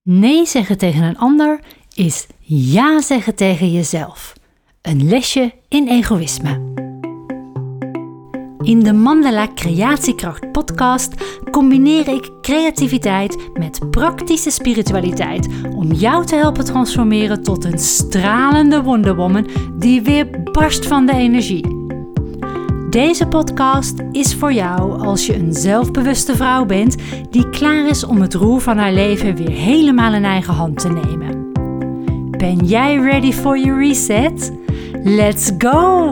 Nee zeggen tegen een ander is ja zeggen tegen jezelf. Een lesje in egoïsme. In de Mandala Creatiekracht podcast combineer ik creativiteit met praktische spiritualiteit om jou te helpen transformeren tot een stralende Wonder Woman die weer barst van de energie. Deze podcast is voor jou als je een zelfbewuste vrouw bent die klaar is om het roer van haar leven weer helemaal in eigen hand te nemen. Ben jij ready for your reset? Let's go!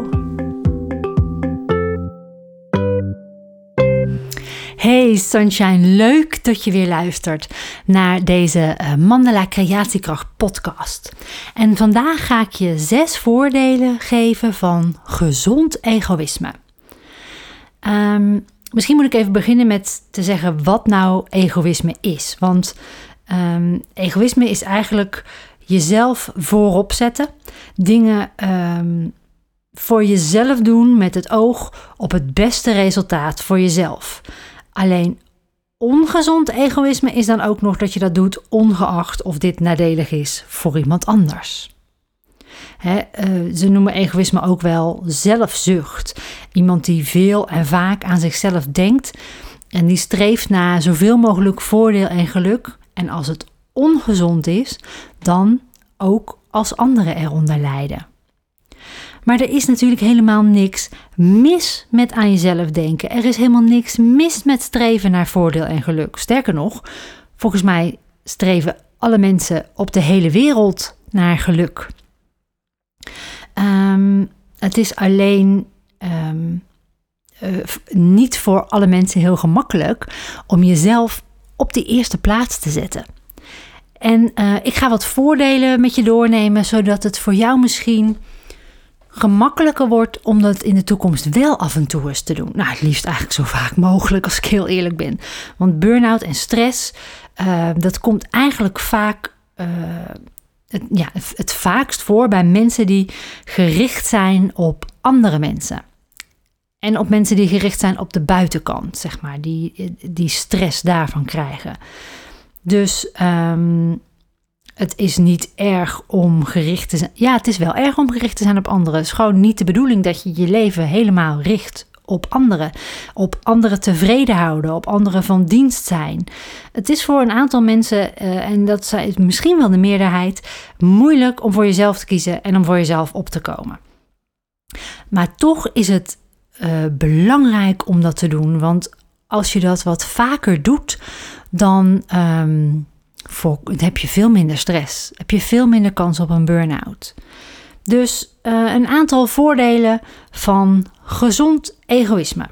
Hey Sunshine, leuk dat je weer luistert naar deze Mandala Creatiekracht podcast. En vandaag ga ik je 6 voordelen geven van gezond egoïsme. Misschien moet ik even beginnen met te zeggen wat nou egoïsme is. Want egoïsme is eigenlijk jezelf voorop zetten. Dingen voor jezelf doen met het oog op het beste resultaat voor jezelf. Alleen ongezond egoïsme is dan ook nog dat je dat doet ongeacht of dit nadelig is voor iemand anders. Ze noemen egoïsme ook wel zelfzucht. Iemand die veel en vaak aan zichzelf denkt en die streeft naar zoveel mogelijk voordeel en geluk. En als het ongezond is, dan ook als anderen eronder lijden. Maar er is natuurlijk helemaal niks mis met aan jezelf denken. Er is helemaal niks mis met streven naar voordeel en geluk. Sterker nog, volgens mij streven alle mensen op de hele wereld naar geluk. Het is alleen niet voor alle mensen heel gemakkelijk om jezelf op de eerste plaats te zetten. En ik ga wat voordelen met je doornemen, zodat het voor jou misschien gemakkelijker wordt om dat in de toekomst wel af en toe eens te doen. Nou, het liefst eigenlijk zo vaak mogelijk, als ik heel eerlijk ben. Want burn-out en stress, dat komt eigenlijk vaak het vaakst voor bij mensen die gericht zijn op andere mensen. En op mensen die gericht zijn op de buitenkant, zeg maar, die stress daarvan krijgen. Dus het is niet erg om gericht te zijn. Ja, het is wel erg om gericht te zijn op anderen. Het is gewoon niet de bedoeling dat je je leven helemaal richt op anderen tevreden houden, op anderen van dienst zijn. Het is voor een aantal mensen, en dat is misschien wel de meerderheid, moeilijk om voor jezelf te kiezen en om voor jezelf op te komen. Maar toch is het belangrijk om dat te doen, want als je dat wat vaker doet, dan heb je veel minder stress, heb je veel minder kans op een burn-out. Dus een aantal voordelen van gezond egoïsme.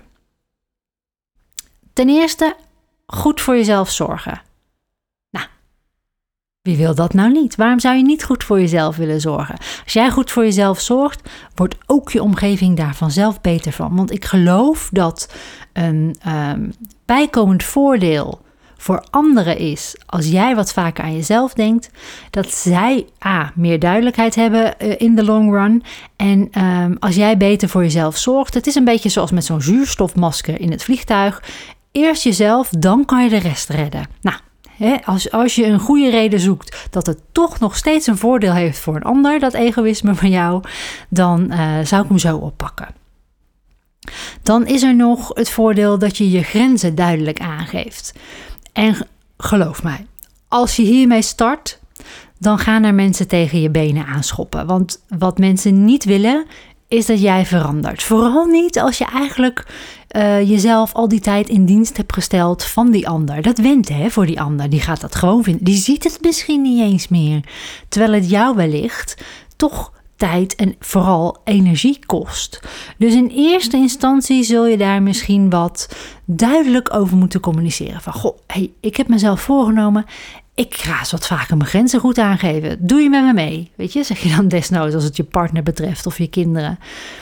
Ten eerste, goed voor jezelf zorgen. Nou, wie wil dat nou niet? Waarom zou je niet goed voor jezelf willen zorgen? Als jij goed voor jezelf zorgt, wordt ook je omgeving daar vanzelf beter van. Want ik geloof dat een bijkomend voordeel voor anderen is, als jij wat vaker aan jezelf denkt, dat zij meer duidelijkheid hebben in de long run. En als jij beter voor jezelf zorgt, het is een beetje zoals met zo'n zuurstofmasker in het vliegtuig. Eerst jezelf, dan kan je de rest redden. Nou, als je een goede reden zoekt dat het toch nog steeds een voordeel heeft voor een ander, dat egoïsme van jou, dan zou ik hem zo oppakken. Dan is er nog het voordeel dat je je grenzen duidelijk aangeeft. En geloof mij, als je hiermee start, dan gaan er mensen tegen je benen aanschoppen. Want wat mensen niet willen, is dat jij verandert. Vooral niet als je eigenlijk jezelf al die tijd in dienst hebt gesteld van die ander. Dat went voor die ander. Die gaat dat gewoon vinden. Die ziet het misschien niet eens meer. Terwijl het jou wellicht toch tijd en vooral energie kost. Dus in eerste instantie zul je daar misschien wat duidelijk over moeten communiceren. Van, ik heb mezelf voorgenomen, ik ga eens wat vaker mijn grenzen goed aangeven. Doe je met me mee? Weet je, zeg je dan desnoods als het je partner betreft of je kinderen.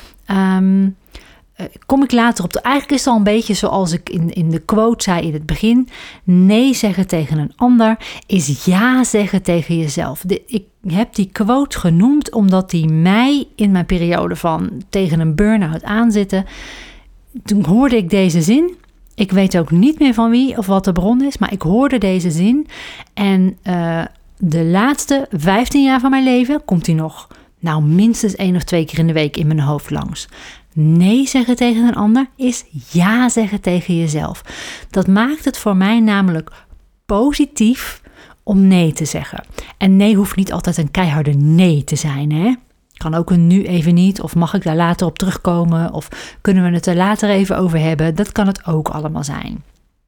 Kom ik later op. Eigenlijk is het al een beetje zoals ik in de quote zei in het begin. Nee zeggen tegen een ander is ja zeggen tegen jezelf. Ik heb die quote genoemd omdat die mij in mijn periode van tegen een burn-out aanzitten. Toen hoorde ik deze zin Ik weet ook niet meer van wie of wat de bron is, maar ik hoorde deze zin. En de laatste 15 jaar van mijn leven komt die nog minstens 1 of 2 keer in de week in mijn hoofd langs. Nee zeggen tegen een ander is ja zeggen tegen jezelf. Dat maakt het voor mij namelijk positief om nee te zeggen. En nee hoeft niet altijd een keiharde nee te zijn, hè? Kan ook een nu even niet, of mag ik daar later op terugkomen, of kunnen we het er later even over hebben. Dat kan het ook allemaal zijn.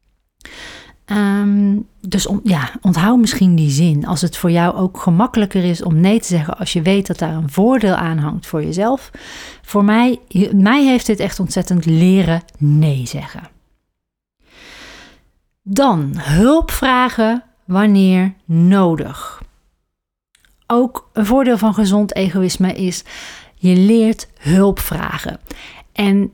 Dus onthoud misschien die zin. Als het voor jou ook gemakkelijker is om nee te zeggen als je weet dat daar een voordeel aan hangt voor jezelf. Voor mij heeft dit echt ontzettend leren nee zeggen. Dan hulp vragen wanneer nodig. Ook een voordeel van gezond egoïsme is, je leert hulp vragen. En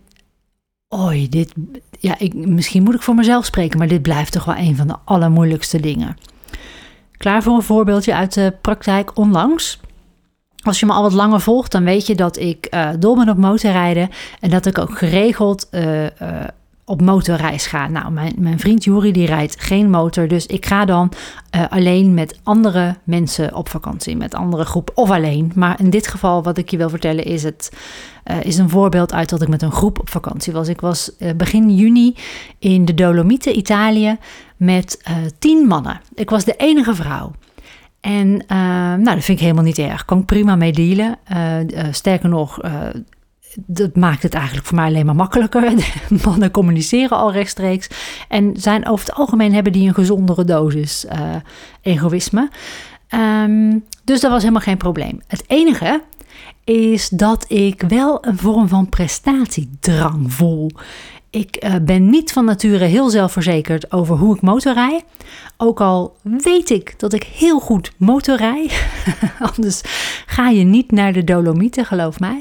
misschien moet ik voor mezelf spreken, maar dit blijft toch wel een van de allermoeilijkste dingen. Klaar voor een voorbeeldje uit de praktijk onlangs? Als je me al wat langer volgt, dan weet je dat ik dol ben op motorrijden en dat ik ook geregeld op motorreis ga. Nou, mijn vriend Juri die rijdt geen motor, dus ik ga dan alleen met andere mensen op vakantie, met andere groepen of alleen. Maar in dit geval, wat ik je wil vertellen, is een voorbeeld uit dat ik met een groep op vakantie was. Ik was begin juni in de Dolomieten, Italië, met 10 mannen. Ik was de enige vrouw. En dat vind ik helemaal niet erg. Kan ik prima mee dealen. Sterker nog, dat maakt het eigenlijk voor mij alleen maar makkelijker. De mannen communiceren al rechtstreeks. En zijn over het algemeen hebben die een gezondere dosis egoïsme. Dus dat was helemaal geen probleem. Het enige is dat ik wel een vorm van prestatiedrang voel. Ik ben niet van nature heel zelfverzekerd over hoe ik motorrij. Ook al weet ik dat ik heel goed motorrij. Anders ga je niet naar de Dolomieten, geloof mij.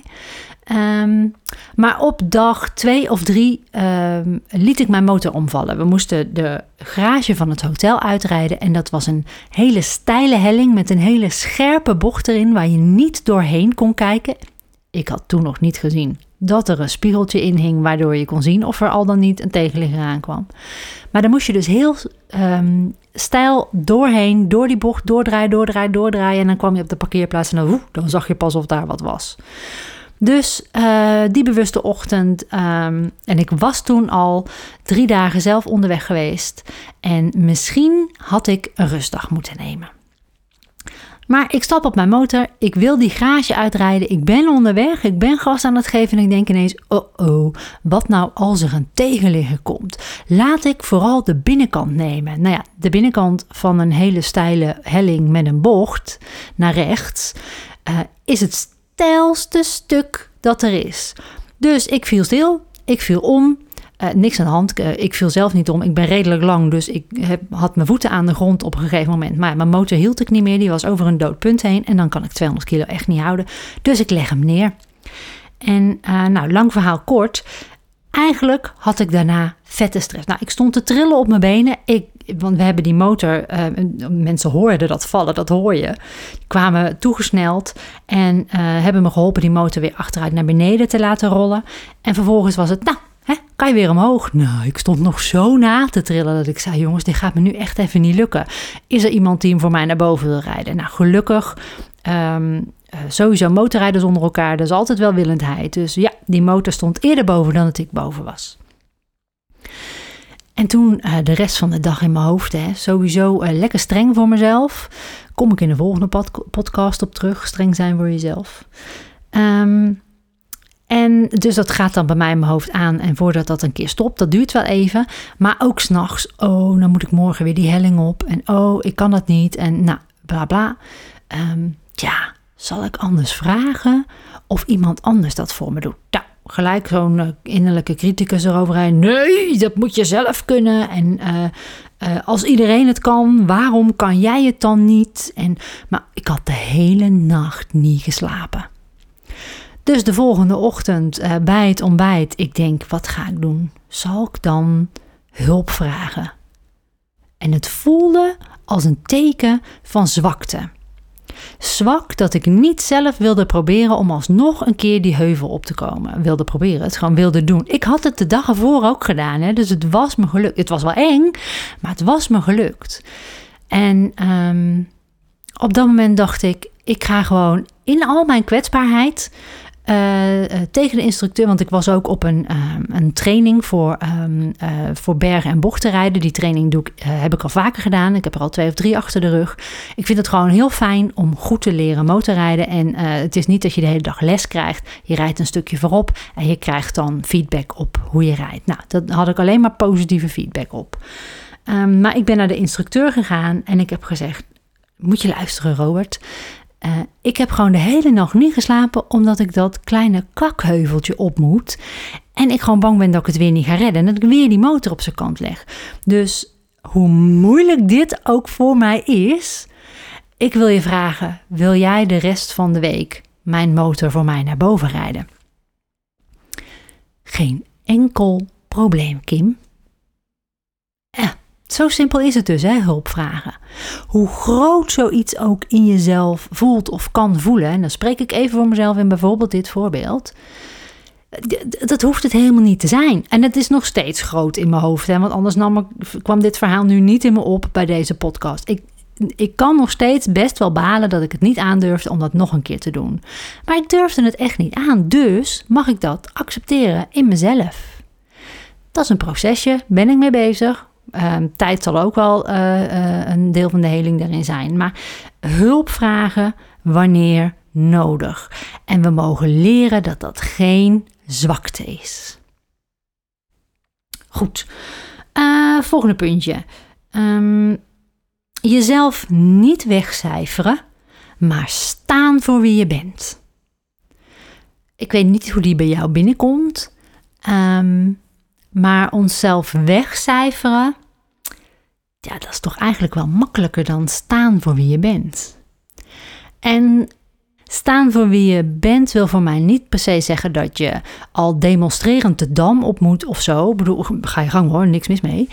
Maar op dag 2 of 3 liet ik mijn motor omvallen. We moesten de garage van het hotel uitrijden. En dat was een hele steile helling met een hele scherpe bocht erin waar je niet doorheen kon kijken. Ik had toen nog niet gezien dat er een spiegeltje in hing waardoor je kon zien of er al dan niet een tegenligger aankwam. Maar dan moest je dus heel steil doorheen, door die bocht, doordraaien. En dan kwam je op de parkeerplaats en dan zag je pas of daar wat was. Dus die bewuste ochtend, en ik was toen al 3 dagen zelf onderweg geweest. En misschien had ik een rustdag moeten nemen. Maar ik stap op mijn motor, ik wil die garage uitrijden, ik ben onderweg, ik ben gas aan het geven en ik denk ineens, wat nou als er een tegenligger komt? Laat ik vooral de binnenkant nemen. Nou ja, de binnenkant van een hele steile helling met een bocht naar rechts is het steilste stuk dat er is. Dus ik viel stil, ik viel om. Niks aan de hand. Ik viel zelf niet om. Ik ben redelijk lang, dus ik had mijn voeten aan de grond op een gegeven moment. Maar mijn motor hield ik niet meer. Die was over een dood punt heen. En dan kan ik 200 kilo echt niet houden. Dus ik leg hem neer. En lang verhaal kort. Eigenlijk had ik daarna vette stress. Nou, ik stond te trillen op mijn benen. Want we hebben die motor, mensen hoorden dat vallen, dat hoor je. Die kwamen toegesneld en hebben me geholpen die motor weer achteruit naar beneden te laten rollen. En vervolgens was het, kan je weer omhoog? Nou, ik stond nog zo na te trillen dat ik zei, jongens, dit gaat me nu echt even niet lukken. Is er iemand die hem voor mij naar boven wil rijden? Nou, gelukkig, sowieso motorrijders onder elkaar, dat is altijd welwillendheid. Dus ja, die motor stond eerder boven dan dat ik boven was. En toen de rest van de dag in mijn hoofd, sowieso lekker streng voor mezelf. Kom ik in de volgende podcast op terug, streng zijn voor jezelf. En dus dat gaat dan bij mij in mijn hoofd aan. En voordat dat een keer stopt, dat duurt wel even. Maar ook 's nachts, dan moet ik morgen weer die helling op. En ik kan dat niet. En nou, bla bla. Zal ik anders vragen of iemand anders dat voor me doet? Nou, gelijk zo'n innerlijke criticus eroverheen. Nee, dat moet je zelf kunnen. En als iedereen het kan, waarom kan jij het dan niet? Maar ik had de hele nacht niet geslapen. Dus de volgende ochtend bij het ontbijt, ik denk, wat ga ik doen? Zal ik dan hulp vragen? En het voelde als een teken van zwakte. zwak dat ik niet zelf wilde proberen om alsnog een keer die heuvel op te komen. Wilde proberen, het gewoon wilde doen. Ik had het de dag ervoor ook gedaan, hè? Dus het was me gelukt. Het was wel eng, maar het was me gelukt. En op dat moment dacht ik ga gewoon in al mijn kwetsbaarheid tegen de instructeur, want ik was ook op een training voor bergen en bochtenrijden. Die training heb ik al vaker gedaan. Ik heb er al 2 of 3 achter de rug. Ik vind het gewoon heel fijn om goed te leren motorrijden. En het is niet dat je de hele dag les krijgt. Je rijdt een stukje voorop en je krijgt dan feedback op hoe je rijdt. Nou, dat had ik alleen maar positieve feedback op. Maar ik ben naar de instructeur gegaan en ik heb gezegd, moet je luisteren, Robert. Ik heb gewoon de hele nacht niet geslapen omdat ik dat kleine kakheuveltje op moet. En ik gewoon bang ben dat ik het weer niet ga redden. En dat ik weer die motor op zijn kant leg. Dus hoe moeilijk dit ook voor mij is, ik wil je vragen, wil jij de rest van de week mijn motor voor mij naar boven rijden? Geen enkel probleem, Kim. Zo simpel is het dus, hè, hulp vragen. Hoe groot zoiets ook in jezelf voelt of kan voelen, en dan spreek ik even voor mezelf in bijvoorbeeld dit voorbeeld, dat hoeft het helemaal niet te zijn. En het is nog steeds groot in mijn hoofd, hè, want anders kwam dit verhaal nu niet in me op bij deze podcast. Ik kan nog steeds best wel balen dat ik het niet aandurfde om dat nog een keer te doen. Maar ik durfde het echt niet aan, dus mag ik dat accepteren in mezelf. Dat is een procesje, ben ik mee bezig. Tijd zal ook wel een deel van de heling daarin zijn. Maar hulp vragen wanneer nodig. En we mogen leren dat dat geen zwakte is. Goed. Volgende puntje. Jezelf niet wegcijferen, maar staan voor wie je bent. Ik weet niet hoe die bij jou binnenkomt. Maar onszelf wegcijferen, ja, dat is toch eigenlijk wel makkelijker dan staan voor wie je bent. En staan voor wie je bent wil voor mij niet per se zeggen dat je al demonstrerend de dam op moet of zo. Ik bedoel, ga je gang hoor, niks mis mee.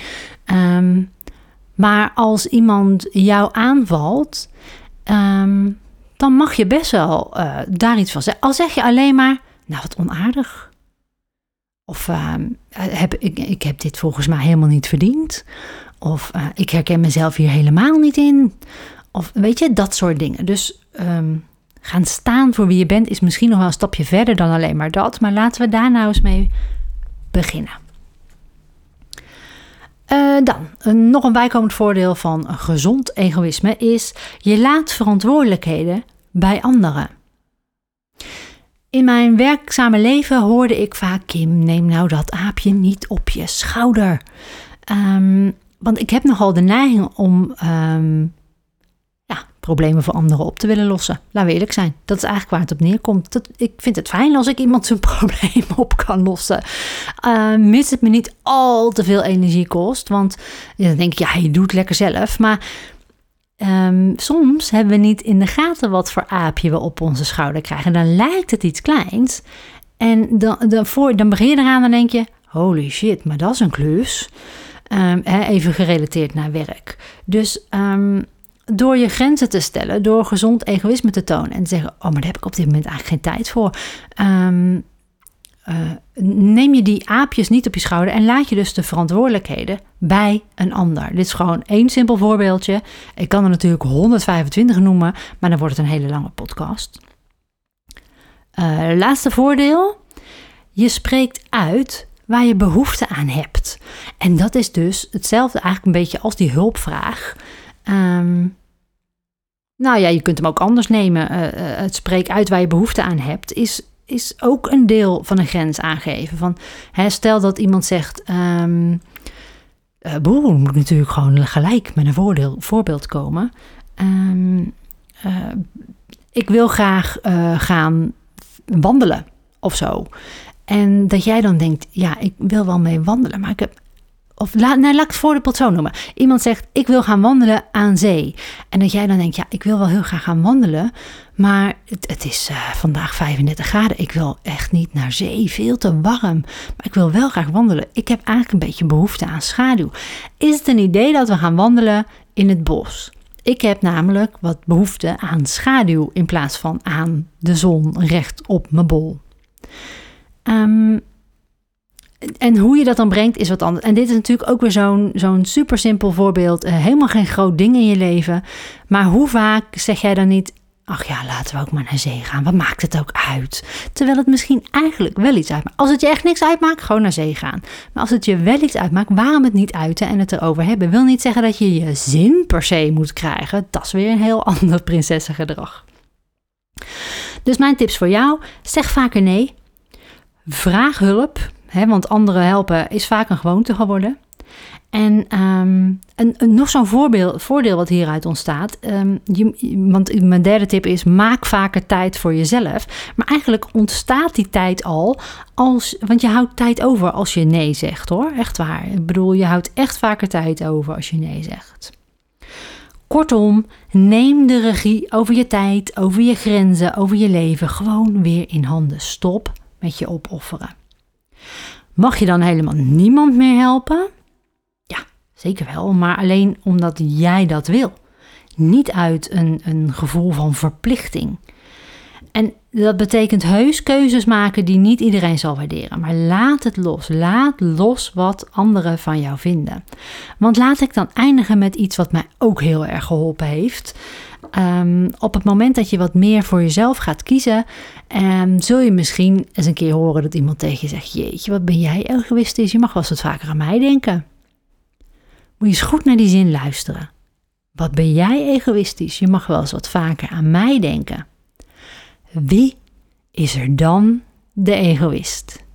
Maar als iemand jou aanvalt, dan mag je best wel daar iets van zeggen. Al zeg je alleen maar, nou wat onaardig. Of ik heb dit volgens mij helemaal niet verdiend. Of ik herken mezelf hier helemaal niet in. Of weet je, dat soort dingen. Dus gaan staan voor wie je bent is misschien nog wel een stapje verder dan alleen maar dat. Maar laten we daar nou eens mee beginnen. Dan, nog een bijkomend voordeel van een gezond egoïsme is, je laat verantwoordelijkheden bij anderen. In mijn werkzame leven hoorde ik vaak, Kim, neem nou dat aapje niet op je schouder. Want ik heb nogal de neiging om problemen voor anderen op te willen lossen. Laten we eerlijk zijn. Dat is eigenlijk waar het op neerkomt. Ik vind het fijn als ik iemand zijn probleem op kan lossen. Mits het me niet al te veel energie kost. Want dan denk ik, je doet het lekker zelf. Maar soms hebben we niet in de gaten wat voor aapje we op onze schouder krijgen. Dan lijkt het iets kleins. En dan begin je eraan en denk je, holy shit, maar dat is een klus. Even gerelateerd naar werk. Dus door je grenzen te stellen, door gezond egoïsme te tonen en te zeggen, oh, maar daar heb ik op dit moment eigenlijk geen tijd voor. Neem je die aapjes niet op je schouder en laat je dus de verantwoordelijkheden bij een ander. Dit is gewoon 1 simpel voorbeeldje. Ik kan er natuurlijk 125 noemen, maar dan wordt het een hele lange podcast. Laatste voordeel. Je spreekt uit waar je behoefte aan hebt. En dat is dus hetzelfde eigenlijk een beetje als die hulpvraag. Je kunt hem ook anders nemen. Het spreek uit waar je behoefte aan hebt is ook een deel van een grens aangeven. Stel dat iemand zegt, moet ik natuurlijk gewoon gelijk met een voorbeeld komen. Ik wil graag gaan wandelen of zo. En dat jij dan denkt, ik wil wel mee wandelen, maar ik heb... laat ik het voorbeeld zo noemen. Iemand zegt, ik wil gaan wandelen aan zee. En dat jij dan denkt, ik wil wel heel graag gaan wandelen. Maar het is vandaag 35 graden. Ik wil echt niet naar zee, veel te warm. Maar ik wil wel graag wandelen. Ik heb eigenlijk een beetje behoefte aan schaduw. Is het een idee dat we gaan wandelen in het bos? Ik heb namelijk wat behoefte aan schaduw in plaats van aan de zon recht op mijn bol. En hoe je dat dan brengt is wat anders. En dit is natuurlijk ook weer zo'n super simpel voorbeeld. Helemaal geen groot ding in je leven. Maar hoe vaak zeg jij dan niet... ach ja, laten we ook maar naar zee gaan. Wat maakt het ook uit? Terwijl het misschien eigenlijk wel iets uitmaakt. Als het je echt niks uitmaakt, gewoon naar zee gaan. Maar als het je wel iets uitmaakt, waarom het niet uiten en het erover hebben? Wil niet zeggen dat je je zin per se moet krijgen. Dat is weer een heel ander prinsessengedrag. Dus mijn tips voor jou, zeg vaker nee. Vraag hulp, want anderen helpen is vaak een gewoonte geworden. En nog zo'n voordeel wat hieruit ontstaat. Want mijn derde tip is, maak vaker tijd voor jezelf. Maar eigenlijk ontstaat die tijd al, want je houdt tijd over als je nee zegt hoor. Echt waar. Ik bedoel, je houdt echt vaker tijd over als je nee zegt. Kortom, neem de regie over je tijd, over je grenzen, over je leven gewoon weer in handen. Stop met je opofferen. Mag je dan helemaal niemand meer helpen? Ja, zeker wel, maar alleen omdat jij dat wil. Niet uit een gevoel van verplichting. En dat betekent heus keuzes maken die niet iedereen zal waarderen. Maar laat het los. Laat los wat anderen van jou vinden. Want laat ik dan eindigen met iets wat mij ook heel erg geholpen heeft. Op het moment dat je wat meer voor jezelf gaat kiezen, zul je misschien eens een keer horen dat iemand tegen je zegt: jeetje, wat ben jij egoïstisch, je mag wel eens wat vaker aan mij denken. Moet je eens goed naar die zin luisteren. Wat ben jij egoïstisch, je mag wel eens wat vaker aan mij denken. Wie is er dan de egoïst?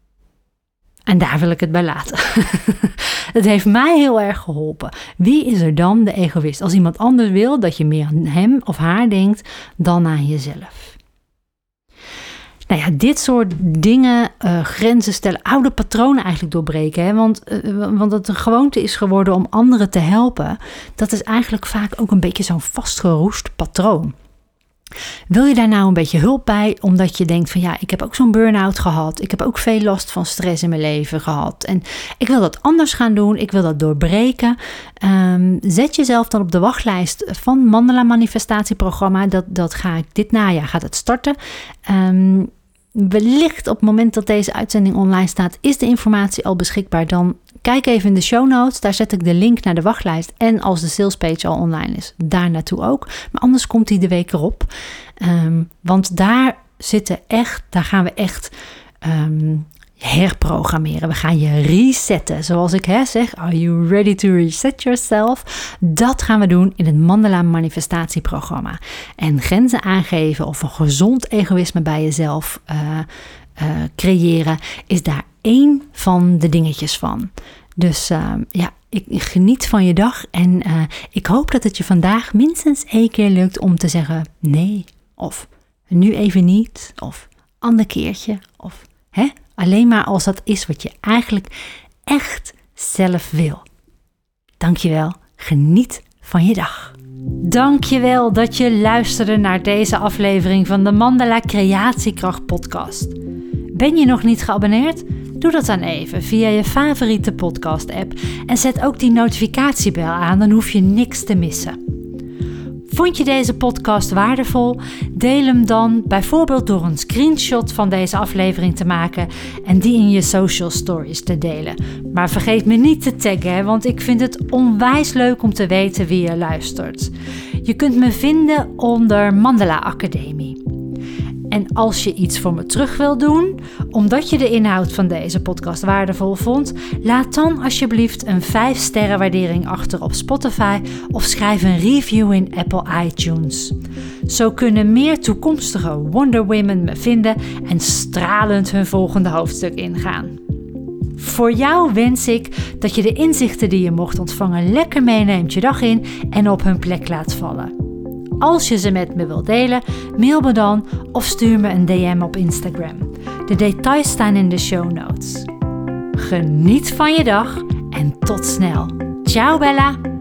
En daar wil ik het bij laten. Het heeft mij heel erg geholpen. Wie is er dan de egoïst? Als iemand anders wil dat je meer aan hem of haar denkt dan aan jezelf. Nou ja, dit soort dingen, grenzen stellen, oude patronen eigenlijk doorbreken. Hè? Want het een gewoonte is geworden om anderen te helpen. Dat is eigenlijk vaak ook een beetje zo'n vastgeroest patroon. Wil je daar nou een beetje hulp bij, omdat je denkt van ja, ik heb ook zo'n burn-out gehad. Ik heb ook veel last van stress in mijn leven gehad. En ik wil dat anders gaan doen, ik wil dat doorbreken. Zet jezelf dan op de wachtlijst van Mandala Manifestatieprogramma. Dat ga ik dit najaar gaat het starten. Wellicht op het moment dat deze uitzending online staat, is de informatie al beschikbaar. Dan kijk even in de show notes, daar zet ik de link naar de wachtlijst. En als de salespage al online is, daar naartoe ook. Maar anders komt die de week erop. Want daar gaan we echt herprogrammeren. We gaan je resetten. Zoals ik zeg, are you ready to reset yourself? Dat gaan we doen in het Mandala Manifestatieprogramma. En grenzen aangeven of een gezond egoïsme bij jezelf creëren is daar één van de dingetjes van. Dus ik geniet van je dag en ik hoop dat het je vandaag minstens 1 keer lukt om te zeggen nee, of nu even niet, of ander keertje, of alleen maar als dat is wat je eigenlijk echt zelf wil. Dankjewel, geniet van je dag. Dankjewel dat je luisterde naar deze aflevering van de Mandala Creatiekracht podcast. Ben je nog niet geabonneerd? Doe dat dan even via je favoriete podcast app en zet ook die notificatiebel aan, dan hoef je niks te missen. Vond je deze podcast waardevol? Deel hem dan bijvoorbeeld door een screenshot van deze aflevering te maken en die in je social stories te delen. Maar vergeet me niet te taggen, want ik vind het onwijs leuk om te weten wie je luistert. Je kunt me vinden onder Mandala Academie. En als je iets voor me terug wil doen, omdat je de inhoud van deze podcast waardevol vond, laat dan alsjeblieft een 5-sterren waardering achter op Spotify of schrijf een review in Apple iTunes. Zo kunnen meer toekomstige Wonder Women me vinden en stralend hun volgende hoofdstuk ingaan. Voor jou wens ik dat je de inzichten die je mocht ontvangen lekker meeneemt je dag in en op hun plek laat vallen. Als je ze met me wilt delen, mail me dan of stuur me een DM op Instagram. De details staan in de show notes. Geniet van je dag en tot snel. Ciao Bella!